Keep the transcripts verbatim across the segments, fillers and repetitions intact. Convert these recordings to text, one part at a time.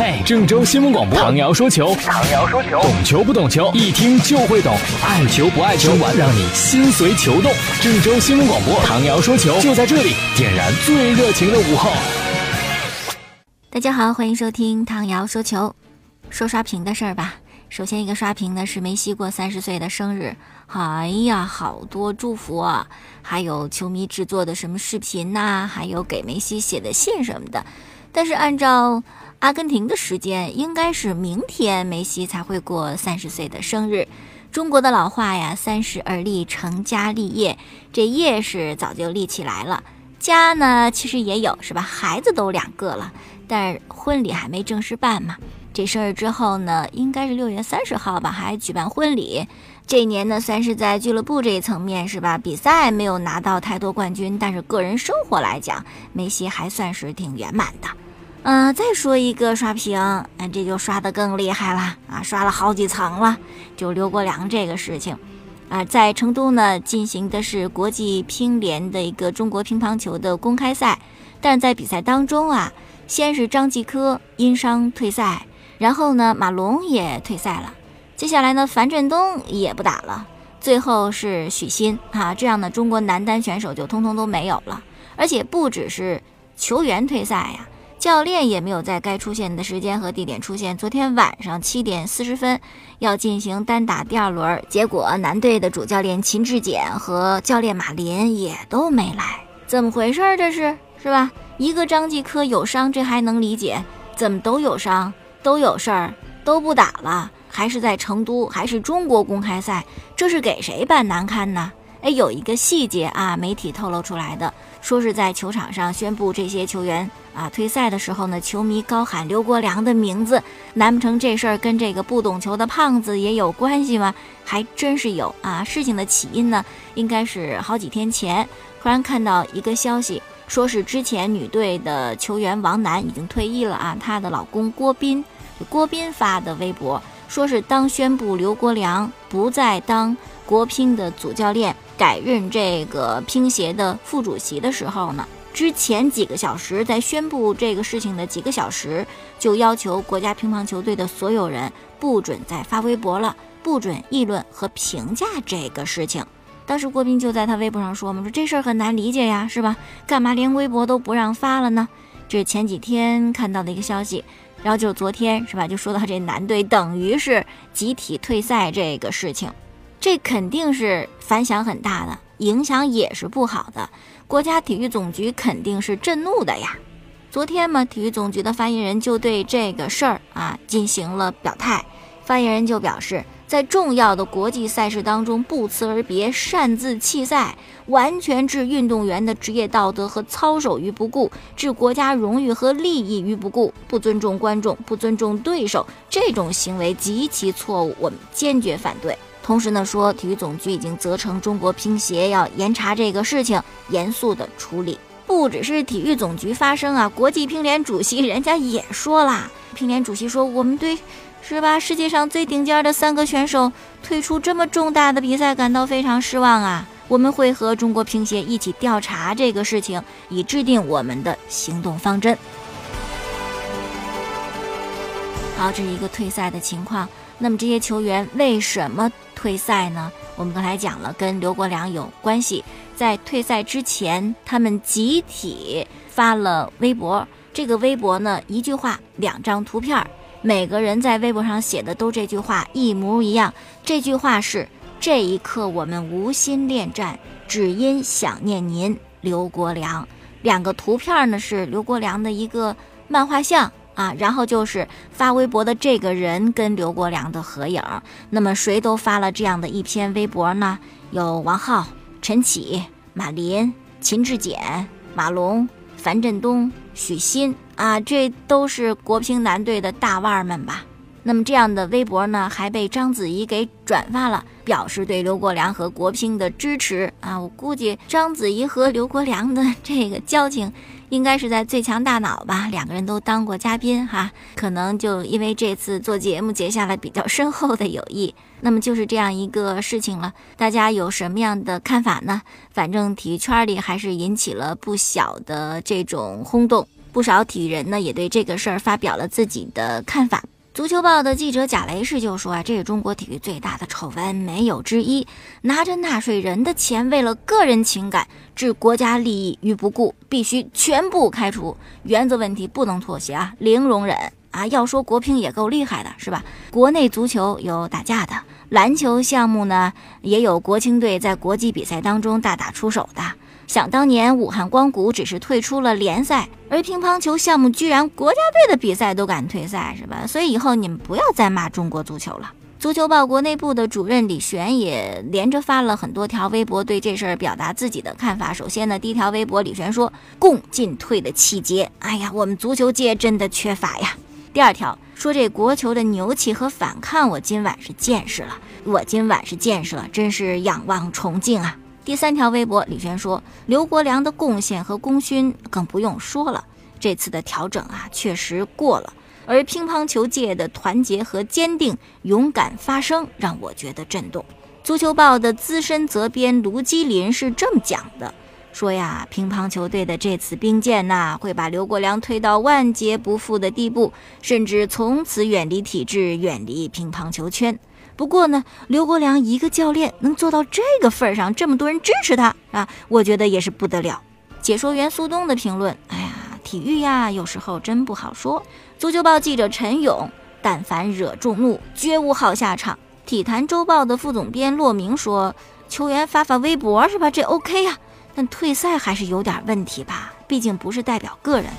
嘿，郑州新闻广播，唐瑶说球，唐瑶说球，懂球不懂球，一听就会懂，爱球不爱球，玩让你心随球动。郑州新闻广播，唐瑶说球，就在这里，点燃最热情的午后。 大家好，欢迎收听唐瑶说球。说刷屏的事儿吧，首先一个刷屏呢是梅西过三十岁的生日，哎呀，好多祝福啊，还有球迷制作的什么视频呐、啊，还有给梅西写的信什么的。但是按照阿根廷的时间，应该是明天梅西才会过三十岁的生日。中国的老话呀，三十而立，成家立业，这业是早就立起来了，家呢其实也有，是吧？孩子都两个了，但是婚礼还没正式办嘛。这生日之后呢，应该是六月三十号吧，还举办婚礼。这一年呢，算是在俱乐部这一层面，是吧？比赛没有拿到太多冠军，但是个人生活来讲，梅西还算是挺圆满的。嗯、呃，再说一个刷屏，嗯，这就刷得更厉害了啊，刷了好几层了。就刘国梁这个事情，啊、呃，在成都呢进行的是国际乒联的一个中国乒乓球的公开赛，但是在比赛当中啊，先是张继科因伤退赛，然后呢马龙也退赛了，接下来呢樊振东也不打了，最后是许昕啊，这样呢中国男单选手就通通都没有了，而且不只是球员退赛呀。教练也没有在该出现的时间和地点出现。昨天晚上七点四十分要进行单打第二轮，结果男队的主教练秦志戬和教练马林也都没来，怎么回事这是是吧？一个张继科有伤，这还能理解，怎么都有伤，都有事儿，都不打了，还是在成都，还是中国公开赛，这是给谁办难堪呢？哎，有一个细节啊，媒体透露出来的，说是在球场上宣布这些球员啊退赛的时候呢，球迷高喊刘国梁的名字，难不成这事儿跟这个不懂球的胖子也有关系吗？还真是有啊。事情的起因呢，应该是好几天前，突然看到一个消息，说是之前女队的球员王楠已经退役了啊，她的老公郭斌，郭斌发的微博，说是当宣布刘国梁不再当国乒的主教练，改任这个乒协的副主席的时候呢，之前几个小时，在宣布这个事情的几个小时，就要求国家乒乓球队的所有人不准再发微博了，不准议论和评价这个事情。当时郭斌就在他微博上说嘛，说这事儿很难理解呀，是吧？干嘛连微博都不让发了呢？这是前几天看到的一个消息，然后就昨天是吧，就说到这男队等于是集体退赛这个事情。这肯定是反响很大的，影响也是不好的，国家体育总局肯定是震怒的呀。昨天嘛，体育总局的发言人就对这个事儿啊进行了表态，发言人就表示，在重要的国际赛事当中不辞而别，擅自弃赛，完全置运动员的职业道德和操守于不顾，置国家荣誉和利益于不顾，不尊重观众，不尊重对手，这种行为极其错误，我们坚决反对。同时呢，说体育总局已经责成中国乒协要严查这个事情，严肃的处理。不只是体育总局发声啊，国际乒联主席人家也说了，乒联主席说，我们对是吧世界上最顶尖的三个选手退出这么重大的比赛感到非常失望啊，我们会和中国乒协一起调查这个事情，以制定我们的行动方针。好，这是一个退赛的情况。那么这些球员为什么退赛呢？我们刚才讲了，跟刘国梁有关系。在退赛之前，他们集体发了微博，这个微博呢，一句话两张图片，每个人在微博上写的都这句话一模一样。这句话是，这一刻我们无心恋战，只因想念您刘国梁。两个图片呢是刘国梁的一个漫画像啊，然后就是发微博的这个人跟刘国梁的合影。那么谁都发了这样的一篇微博呢？有王皓、陈启、马林、秦志戬、马龙、樊振东、许昕啊，这都是国乒男队的大腕们吧。那么这样的微博呢，还被章子怡给转发了，表示对刘国梁和国乒的支持啊。我估计章子怡和刘国梁的这个交情应该是在最强大脑吧，两个人都当过嘉宾哈，可能就因为这次做节目结下了比较深厚的友谊。那么就是这样一个事情了，大家有什么样的看法呢？反正体育圈里还是引起了不小的这种轰动。 不少体育人呢也对这个事儿发表了自己的看法。足球报的记者贾雷士就说啊，这是中国体育最大的丑闻，没有之一。拿着纳税人的钱，为了个人情感置国家利益于不顾，必须全部开除。原则问题不能妥协啊，零容忍啊！要说国乒也够厉害的，是吧？国内足球有打架的，篮球项目呢也有国青队在国际比赛当中大打出手的。想当年武汉光谷只是退出了联赛，而乒乓球项目居然国家队的比赛都敢退赛，是吧？所以以后你们不要再骂中国足球了。足球报国内部的主任李璇也连着发了很多条微博，对这事儿表达自己的看法。首先呢，第一条微博李璇说，共进退的气节，哎呀，我们足球界真的缺乏呀。第二条说，这国球的牛气和反抗，我今晚是见识了，我今晚是见识了，真是仰望崇敬啊。第三条微博，李璇说，刘国梁的贡献和功勋更不用说了，这次的调整啊确实过了，而乒乓球界的团结和坚定勇敢发声让我觉得震动。足球报的资深责编卢基林是这么讲的，说呀，乒乓球队的这次兵谏呐，会把刘国梁推到万劫不复的地步，甚至从此远离体制，远离乒乓球圈。不过呢，刘国梁一个教练能做到这个份上，这么多人支持他啊，我觉得也是不得了。解说员苏东的评论，哎呀，体育呀，有时候真不好说。足球报记者陈勇，但凡惹众怒，绝无好下场。体坛周报的副总编骆明说，球员发发微博是吧，这 OK 呀，但退赛还是有点问题吧，毕竟不是代表个人。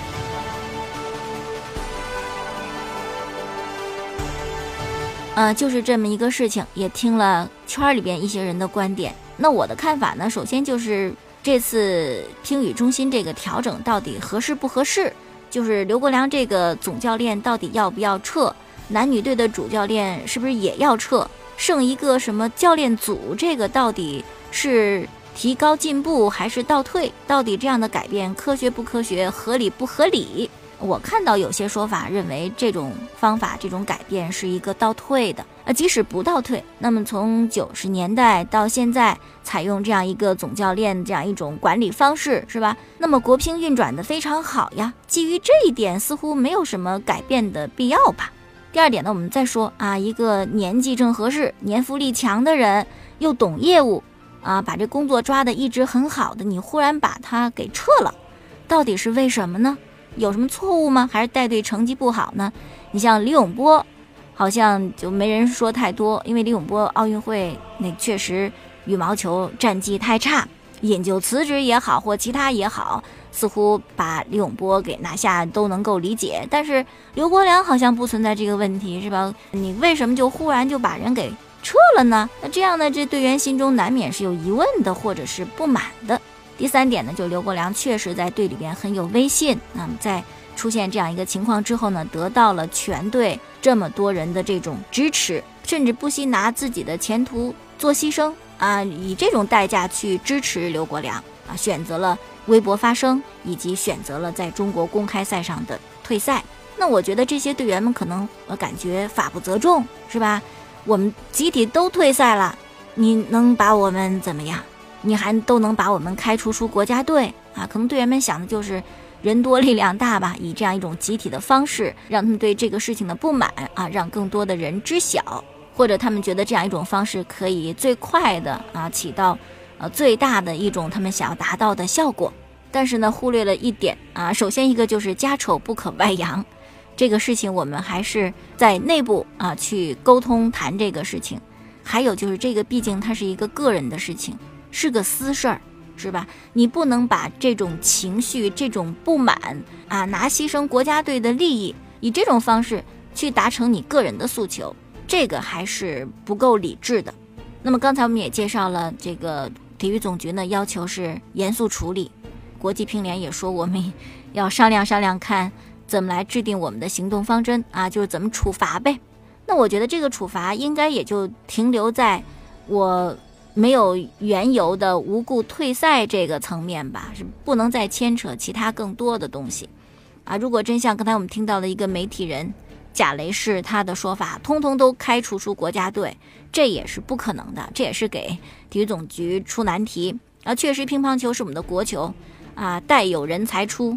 呃，就是这么一个事情，也听了圈里边一些人的观点。那我的看法呢，首先就是这次乒羽中心这个调整到底合适不合适，就是刘国梁这个总教练到底要不要撤，男女队的主教练是不是也要撤，剩一个什么教练组，这个到底是提高进步还是倒退，到底这样的改变科学不科学，合理不合理。我看到有些说法认为这种方法这种改变是一个倒退的，呃，即使不倒退，那么从九十年代到现在采用这样一个总教练这样一种管理方式，是吧？那么国乒运转的非常好呀，基于这一点似乎没有什么改变的必要吧。第二点呢，我们再说啊，一个年纪正合适、年富力强的人，又懂业务啊，把这工作抓得一直很好的，你忽然把他给撤了，到底是为什么呢？有什么错误吗？还是带队成绩不好呢？你像李永波，好像就没人说太多，因为李永波奥运会那确实羽毛球战绩太差，引咎辞职也好，或其他也好，似乎把李永波给拿下都能够理解。但是刘国梁好像不存在这个问题，是吧？你为什么就忽然就把人给撤了呢？那这样呢，这队员心中难免是有疑问的，或者是不满的。第三点呢，就刘国梁确实在队里边很有威信，那么在出现这样一个情况之后呢，得到了全队这么多人的这种支持，甚至不惜拿自己的前途做牺牲啊，以这种代价去支持刘国梁啊，选择了微博发声，以及选择了在中国公开赛上的退赛。那我觉得这些队员们可能我感觉法不责众，是吧？我们集体都退赛了，你能把我们怎么样？你还都能把我们开除出国家队啊？可能队员们想的就是人多力量大吧，以这样一种集体的方式，让他们对这个事情的不满啊，让更多的人知晓，或者他们觉得这样一种方式可以最快的啊起到呃最大的一种他们想要达到的效果。但是呢，忽略了一点啊，首先一个就是家丑不可外扬，这个事情我们还是在内部啊去沟通谈这个事情。还有就是这个毕竟它是一个个人的事情，是个私事儿，是吧？你不能把这种情绪、这种不满啊，拿牺牲国家队的利益，以这种方式去达成你个人的诉求，这个还是不够理智的。那么刚才我们也介绍了，这个体育总局呢要求是严肃处理，国际乒联也说我们要商量商量，看怎么来制定我们的行动方针啊，就是怎么处罚呗。那我觉得这个处罚应该也就停留在我没有缘由的无故退赛这个层面吧，是不能再牵扯其他更多的东西啊。如果真像刚才我们听到的一个媒体人贾雷士他的说法，通通都开除出国家队，这也是不可能的，这也是给体育总局出难题啊。确实乒乓球是我们的国球啊，待有人才出，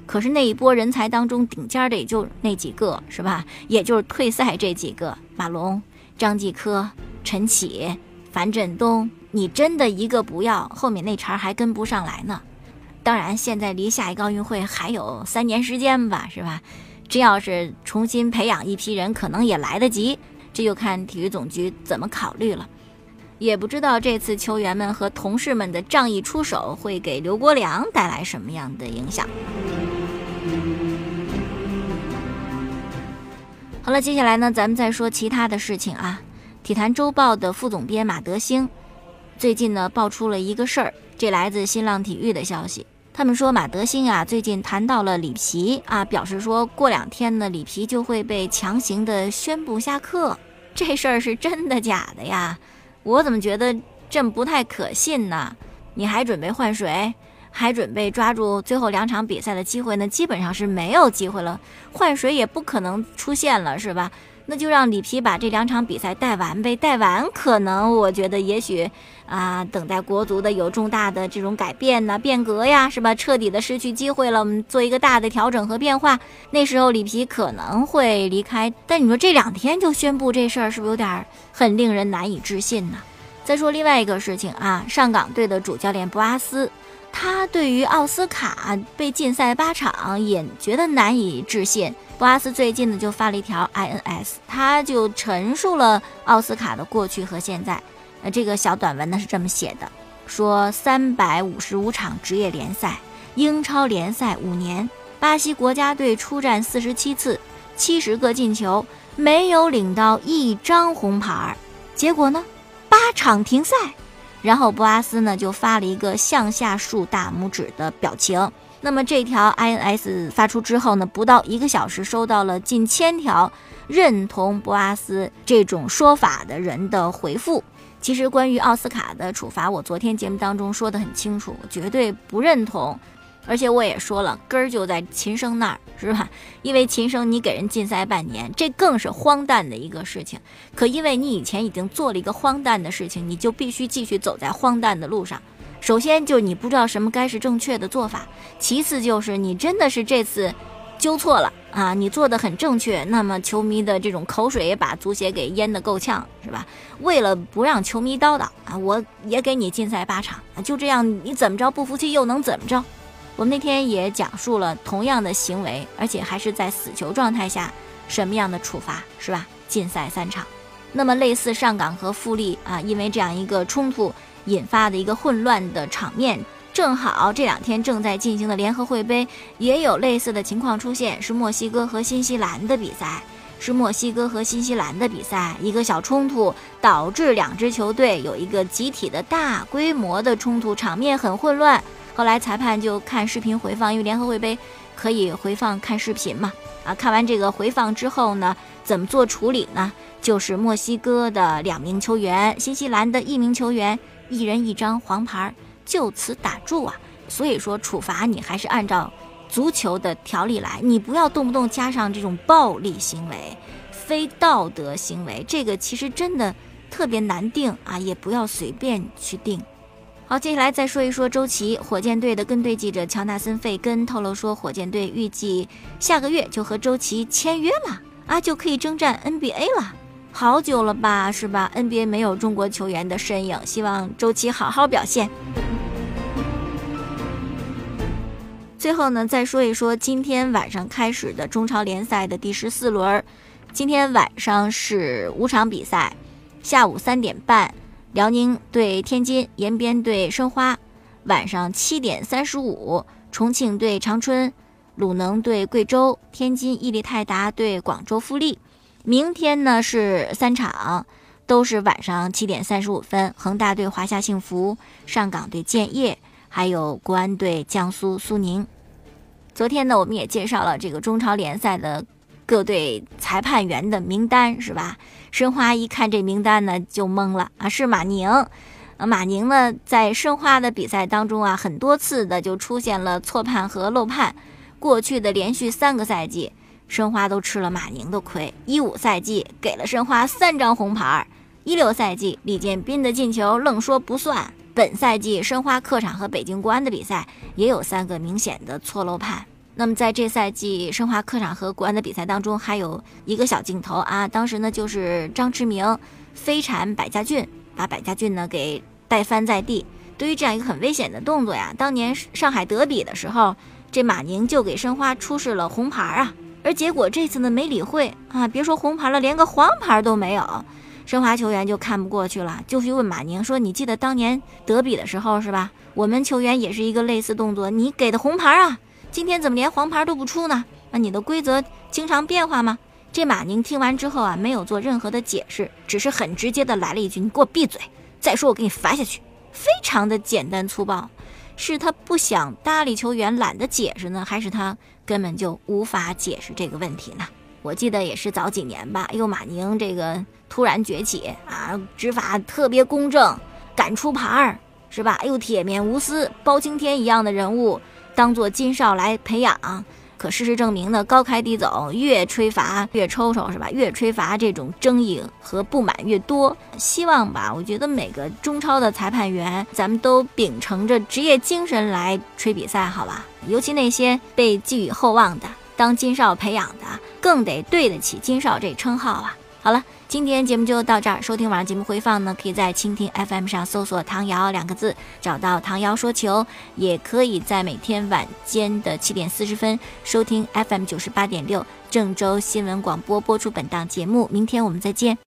可是那一波人才当中顶尖的也就那几个，是吧？也就是退赛这几个，马龙、张继科、陈启、樊振东，你真的一个不要，后面那茬还跟不上来呢。当然现在离下一个奥运会还有三年时间吧，是吧？真要是重新培养一批人，可能也来得及，这就看体育总局怎么考虑了。也不知道这次球员们和同事们的仗义出手会给刘国梁带来什么样的影响。好了，接下来呢，咱们再说其他的事情啊。体坛周报的副总编马德兴最近呢爆出了一个事儿，这来自新浪体育的消息。他们说马德兴啊最近谈到了里皮啊，表示说过两天呢里皮就会被强行的宣布下课。这事儿是真的假的呀？我怎么觉得这不太可信呢？你还准备换谁？还准备抓住最后两场比赛的机会呢？基本上是没有机会了，换谁也不可能出现了，是吧？那就让里皮把这两场比赛带完呗，带完可能我觉得也许啊，等待国足的有重大的这种改变呢、变革呀，是吧？彻底的失去机会了，我们做一个大的调整和变化，那时候里皮可能会离开。但你说这两天就宣布这事儿，是不是有点很令人难以置信呢？再说另外一个事情啊，上港队的主教练博阿斯，他对于奥斯卡被禁赛八场也觉得难以置信。博阿斯最近呢就发了一条 I N S， 他就陈述了奥斯卡的过去和现在。呃，这个小短文呢是这么写的，说三百五十五场职业联赛，英超联赛五年，巴西国家队出战四十七次，七十个进球，没有领到一张红牌，结果呢八场停赛。然后博阿斯呢就发了一个向下竖大拇指的表情。那么这条 I N S 发出之后呢，不到一个小时收到了近千条认同博阿斯这种说法的人的回复。其实关于奥斯卡的处罚，我昨天节目当中说得很清楚，我绝对不认同。而且我也说了，根儿就在秦升那儿，是吧？因为秦升你给人禁赛半年，这更是荒诞的一个事情。可因为你以前已经做了一个荒诞的事情，你就必须继续走在荒诞的路上。首先就是你不知道什么该是正确的做法，其次就是你真的是这次纠错了啊，你做的很正确，那么球迷的这种口水也把足协给淹得够呛，是吧？为了不让球迷叨叨啊，我也给你禁赛八场啊，就这样你怎么着不服气又能怎么着？我们那天也讲述了同样的行为，而且还是在死球状态下什么样的处罚，是吧？禁赛三场。那么类似上港和富力啊，因为这样一个冲突引发的一个混乱的场面，正好这两天正在进行的联合会杯也有类似的情况出现，是墨西哥和新西兰的比赛，是墨西哥和新西兰的比赛，一个小冲突导致两支球队有一个集体的大规模的冲突，场面很混乱。后来裁判就看视频回放，因为联合会杯可以回放看视频嘛，啊，看完这个回放之后呢，怎么做处理呢？就是墨西哥的两名球员，新西兰的一名球员，一人一张黄牌，就此打住啊。所以说处罚你还是按照足球的条例来，你不要动不动加上这种暴力行为、非道德行为，这个其实真的特别难定啊，也不要随便去定。好，接下来再说一说周琦。火箭队的跟队记者乔纳森·费根透露说，火箭队预计下个月就和周琦签约了啊，就可以征战 N B A 了。好久了吧，是吧？ N B A 没有中国球员的身影，希望周琦好好表现。最后呢，再说一说今天晚上开始的中超联赛的第十四轮。今天晚上是五场比赛，下午三点半。辽宁对天津，延边对申花；晚上七点三十五，重庆对长春，鲁能对贵州，天津伊利泰达对广州富力。明天呢是三场，都是晚上七点三十五分，恒大对华夏幸福，上港对建业，还有国安对江苏苏宁。昨天呢，我们也介绍了这个中超联赛的各队裁判员的名单，是吧？申花一看这名单呢就懵了啊，是马宁。啊，马宁呢在申花的比赛当中啊，很多次的就出现了错判和漏判。过去的连续三个赛季，申花都吃了马宁的亏。一五赛季给了申花三张红牌，一六赛季李建斌的进球愣说不算。本赛季申花客场和北京国安的比赛也有三个明显的错漏判。 那么在这赛季申花客场和国安的比赛当中，还有一个小镜头啊，当时呢就是张驰明飞铲百家俊，把百家俊呢给带翻在地。对于这样一个很危险的动作呀，当年上海德比的时候，这马宁就给申花出示了红牌啊，而结果这次呢没理会啊，别说红牌了，连个黄牌都没有。申花球员就看不过去了，就去问马宁说：“你记得当年德比的时候是吧？我们球员也是一个类似动作，你给的红牌啊，今天怎么连黄牌都不出呢？那你的规则经常变化吗？”这马宁听完之后啊，没有做任何的解释，只是很直接的来了一句：“你给我闭嘴！再说我给你罚下去。”非常的简单粗暴。是他不想搭理球员，懒得解释呢，还是他根本就无法解释这个问题呢？我记得也是早几年吧，哎呦，马宁这个突然崛起啊，执法特别公正，敢出牌是吧？哎呦，铁面无私，包青天一样的人物当做金哨来培养。可事实证明呢，高开低走，越吹罚越抽抽是吧？越吹罚这种争议和不满越多。希望吧，我觉得每个中超的裁判员，咱们都秉承着职业精神来吹比赛，好吧？尤其那些被寄予厚望的，当金哨培养的，更得对得起金哨这称号啊！好了，今天节目就到这儿。收听晚上节目回放呢，可以在蜻蜓 F M 上搜索唐瑶两个字，找到唐瑶说球，也可以在每天晚间的七点四十分收听 F M 九十八点六郑州新闻广播播出本档节目。明天我们再见。